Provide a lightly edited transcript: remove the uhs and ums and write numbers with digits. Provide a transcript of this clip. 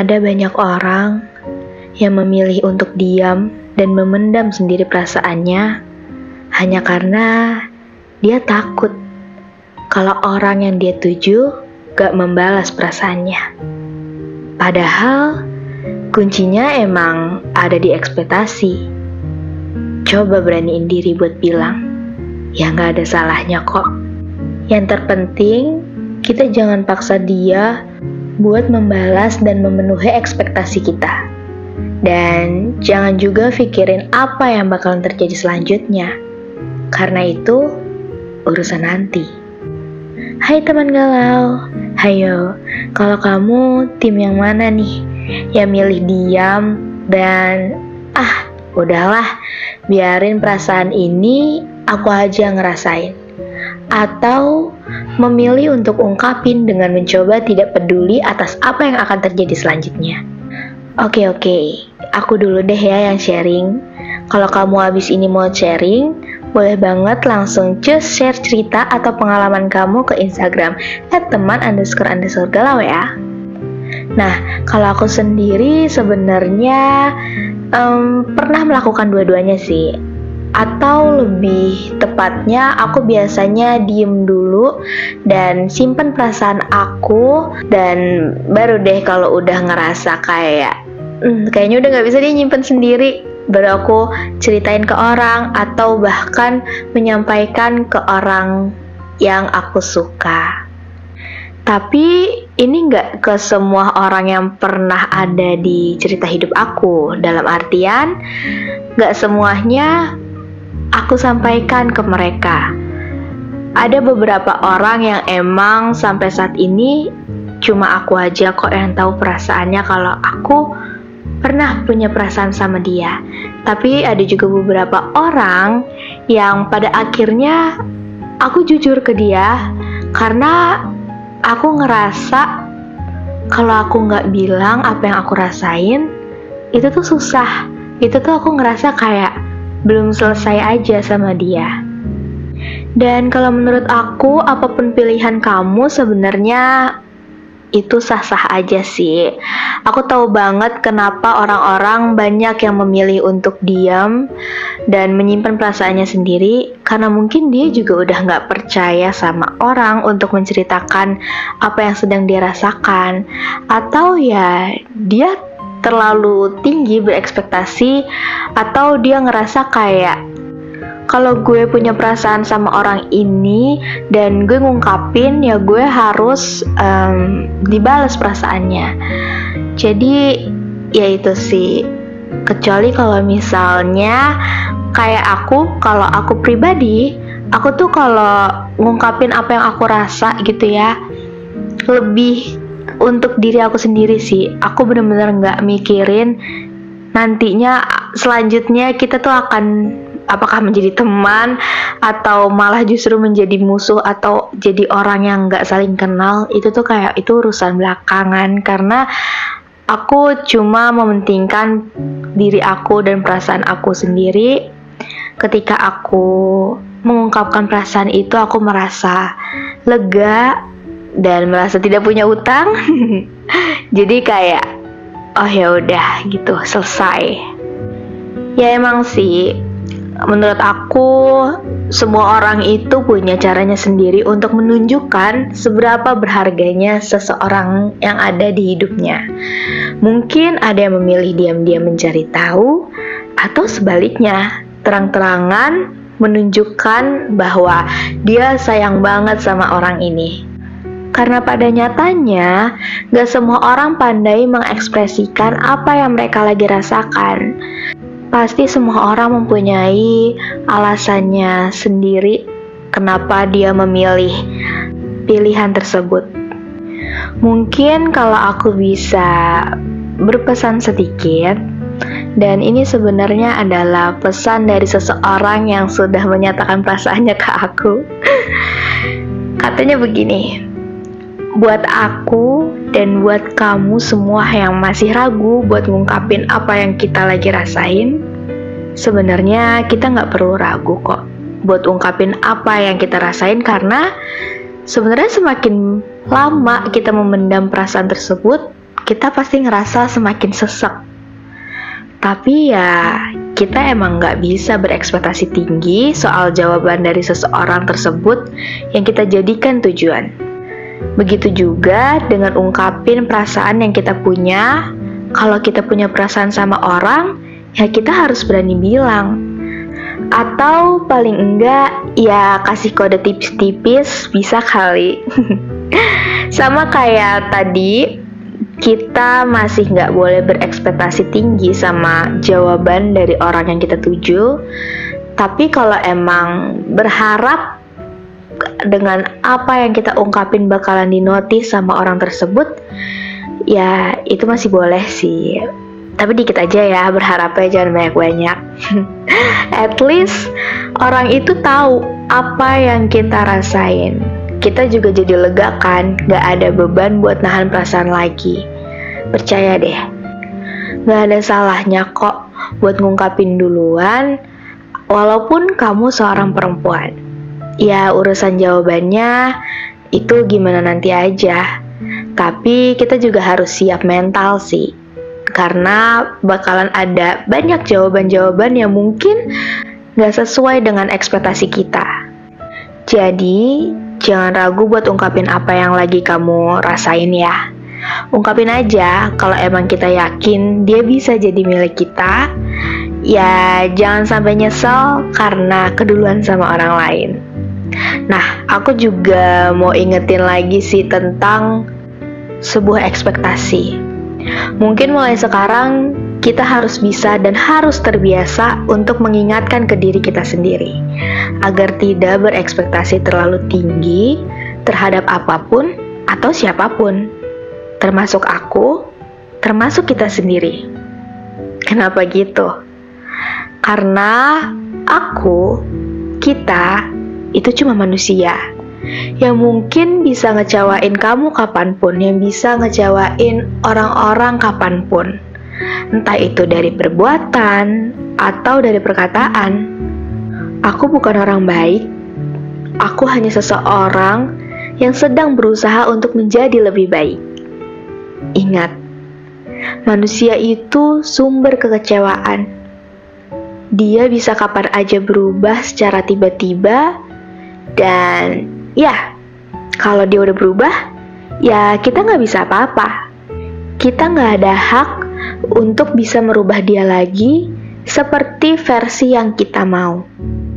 Ada banyak orang yang memilih untuk diam dan memendam sendiri perasaannya hanya karena dia takut kalau orang yang dia tuju gak membalas perasaannya. Padahal kuncinya emang ada di ekspektasi. Coba beraniin diri buat bilang, ya gak ada salahnya kok. Yang terpenting, kita jangan paksa dia buat membalas dan memenuhi ekspektasi kita. Dan jangan juga pikirin apa yang bakalan terjadi selanjutnya. Karena itu, urusan nanti. Hai teman galau, hayo, kalau kamu tim yang mana nih? Yang milih diam dan udahlah, biarin perasaan ini aku aja ngerasain. Atau memilih untuk ungkapin dengan mencoba tidak peduli atas apa yang akan terjadi selanjutnya. Oke, aku dulu deh ya yang sharing. Kalau kamu habis ini mau sharing, boleh banget langsung share cerita atau pengalaman kamu ke Instagram @teman__galau ya. Nah, kalau aku sendiri sebenarnya pernah melakukan dua-duanya sih. Atau lebih tepatnya aku biasanya diem dulu dan simpen perasaan aku, dan baru deh kalau udah ngerasa kayaknya udah gak bisa dia nyimpen sendiri, baru aku ceritain ke orang atau bahkan menyampaikan ke orang yang aku suka. Tapi ini gak ke semua orang yang pernah ada di cerita hidup aku. Dalam artian gak semuanya aku sampaikan ke mereka. Ada beberapa orang yang emang sampai saat ini cuma aku aja kok yang tahu perasaannya kalau aku pernah punya perasaan sama dia. Tapi ada juga beberapa orang yang pada akhirnya aku jujur ke dia karena aku ngerasa kalau aku nggak bilang apa yang aku rasain itu tuh susah. Itu tuh aku ngerasa kayak belum selesai aja sama dia. Dan kalau menurut aku, apapun pilihan kamu sebenarnya itu sah-sah aja sih. Aku tahu banget kenapa orang-orang banyak yang memilih untuk diam dan menyimpan perasaannya sendiri, karena mungkin dia juga udah gak percaya sama orang untuk menceritakan apa yang sedang dia rasakan. Atau ya dia terlalu tinggi berekspektasi, atau dia ngerasa kayak kalau gue punya perasaan sama orang ini dan gue ngungkapin ya gue harus dibalas perasaannya. Jadi ya itu sih, kecuali kalau misalnya kayak kalau aku pribadi, aku tuh kalau ngungkapin apa yang aku rasa gitu ya, lebih untuk diri aku sendiri sih. Aku benar-benar nggak mikirin nantinya selanjutnya kita tuh akan apakah menjadi teman atau malah justru menjadi musuh atau jadi orang yang nggak saling kenal. Itu tuh kayak itu urusan belakangan, karena aku cuma mementingkan diri aku dan perasaan aku sendiri. Ketika aku mengungkapkan perasaan itu, aku merasa lega dan merasa tidak punya utang. Jadi kayak oh ya udah gitu, selesai. Ya emang sih, menurut aku semua orang itu punya caranya sendiri untuk menunjukkan seberapa berharganya seseorang yang ada di hidupnya. Mungkin ada yang memilih diam-diam mencari tahu, atau sebaliknya terang-terangan menunjukkan bahwa dia sayang banget sama orang ini. Karena pada nyatanya, gak semua orang pandai mengekspresikan apa yang mereka lagi rasakan. Pasti semua orang mempunyai alasannya sendiri kenapa dia memilih pilihan tersebut. Mungkin kalau aku bisa berpesan sedikit, dan ini sebenarnya adalah pesan dari seseorang yang sudah menyatakan perasaannya ke aku. Katanya begini, buat aku dan buat kamu semua yang masih ragu buat ngungkapin apa yang kita lagi rasain, sebenarnya kita nggak perlu ragu kok buat ungkapin apa yang kita rasain, karena sebenarnya semakin lama kita memendam perasaan tersebut, kita pasti ngerasa semakin sesek. Tapi ya, kita emang nggak bisa berekspektasi tinggi soal jawaban dari seseorang tersebut yang kita jadikan tujuan. Begitu juga dengan ungkapin perasaan yang kita punya. Kalau kita punya perasaan sama orang, ya kita harus berani bilang. Atau paling enggak, ya kasih kode tipis-tipis bisa kali. Sama kayak tadi, kita masih nggak boleh berekspektasi tinggi sama jawaban dari orang yang kita tuju. Tapi kalau emang berharap dengan apa yang kita ungkapin bakalan dinotis sama orang tersebut, ya itu masih boleh sih. Tapi dikit aja ya, berharapnya jangan banyak-banyak. At least orang itu tahu apa yang kita rasain. Kita juga jadi lega kan, gak ada beban buat nahan perasaan lagi. Percaya deh, gak ada salahnya kok buat ngungkapin duluan, walaupun kamu seorang perempuan. Ya urusan jawabannya itu gimana nanti aja. Tapi kita juga harus siap mental sih, karena bakalan ada banyak jawaban-jawaban yang mungkin gak sesuai dengan ekspektasi kita. Jadi jangan ragu buat ungkapin apa yang lagi kamu rasain ya. Ungkapin aja kalau emang kita yakin dia bisa jadi milik kita. Ya jangan sampai nyesel karena keduluan sama orang lain. Nah, aku juga mau ingetin lagi sih tentang sebuah ekspektasi. Mungkin mulai sekarang kita harus bisa dan harus terbiasa untuk mengingatkan ke diri kita sendiri agar tidak berekspektasi terlalu tinggi terhadap apapun atau siapapun, termasuk aku, termasuk kita sendiri. Kenapa gitu? Karena aku, kita, itu cuma manusia yang mungkin bisa ngecewain kamu kapanpun, yang bisa ngecewain orang-orang kapanpun. Entah itu dari perbuatan atau dari perkataan. Aku bukan orang baik. Aku hanya seseorang yang sedang berusaha untuk menjadi lebih baik. Ingat, manusia itu sumber kekecewaan. Dia bisa kapan aja berubah secara tiba-tiba. Dan ya, kalau dia udah berubah, ya kita nggak bisa apa-apa. Kita nggak ada hak untuk bisa merubah dia lagi seperti versi yang kita mau.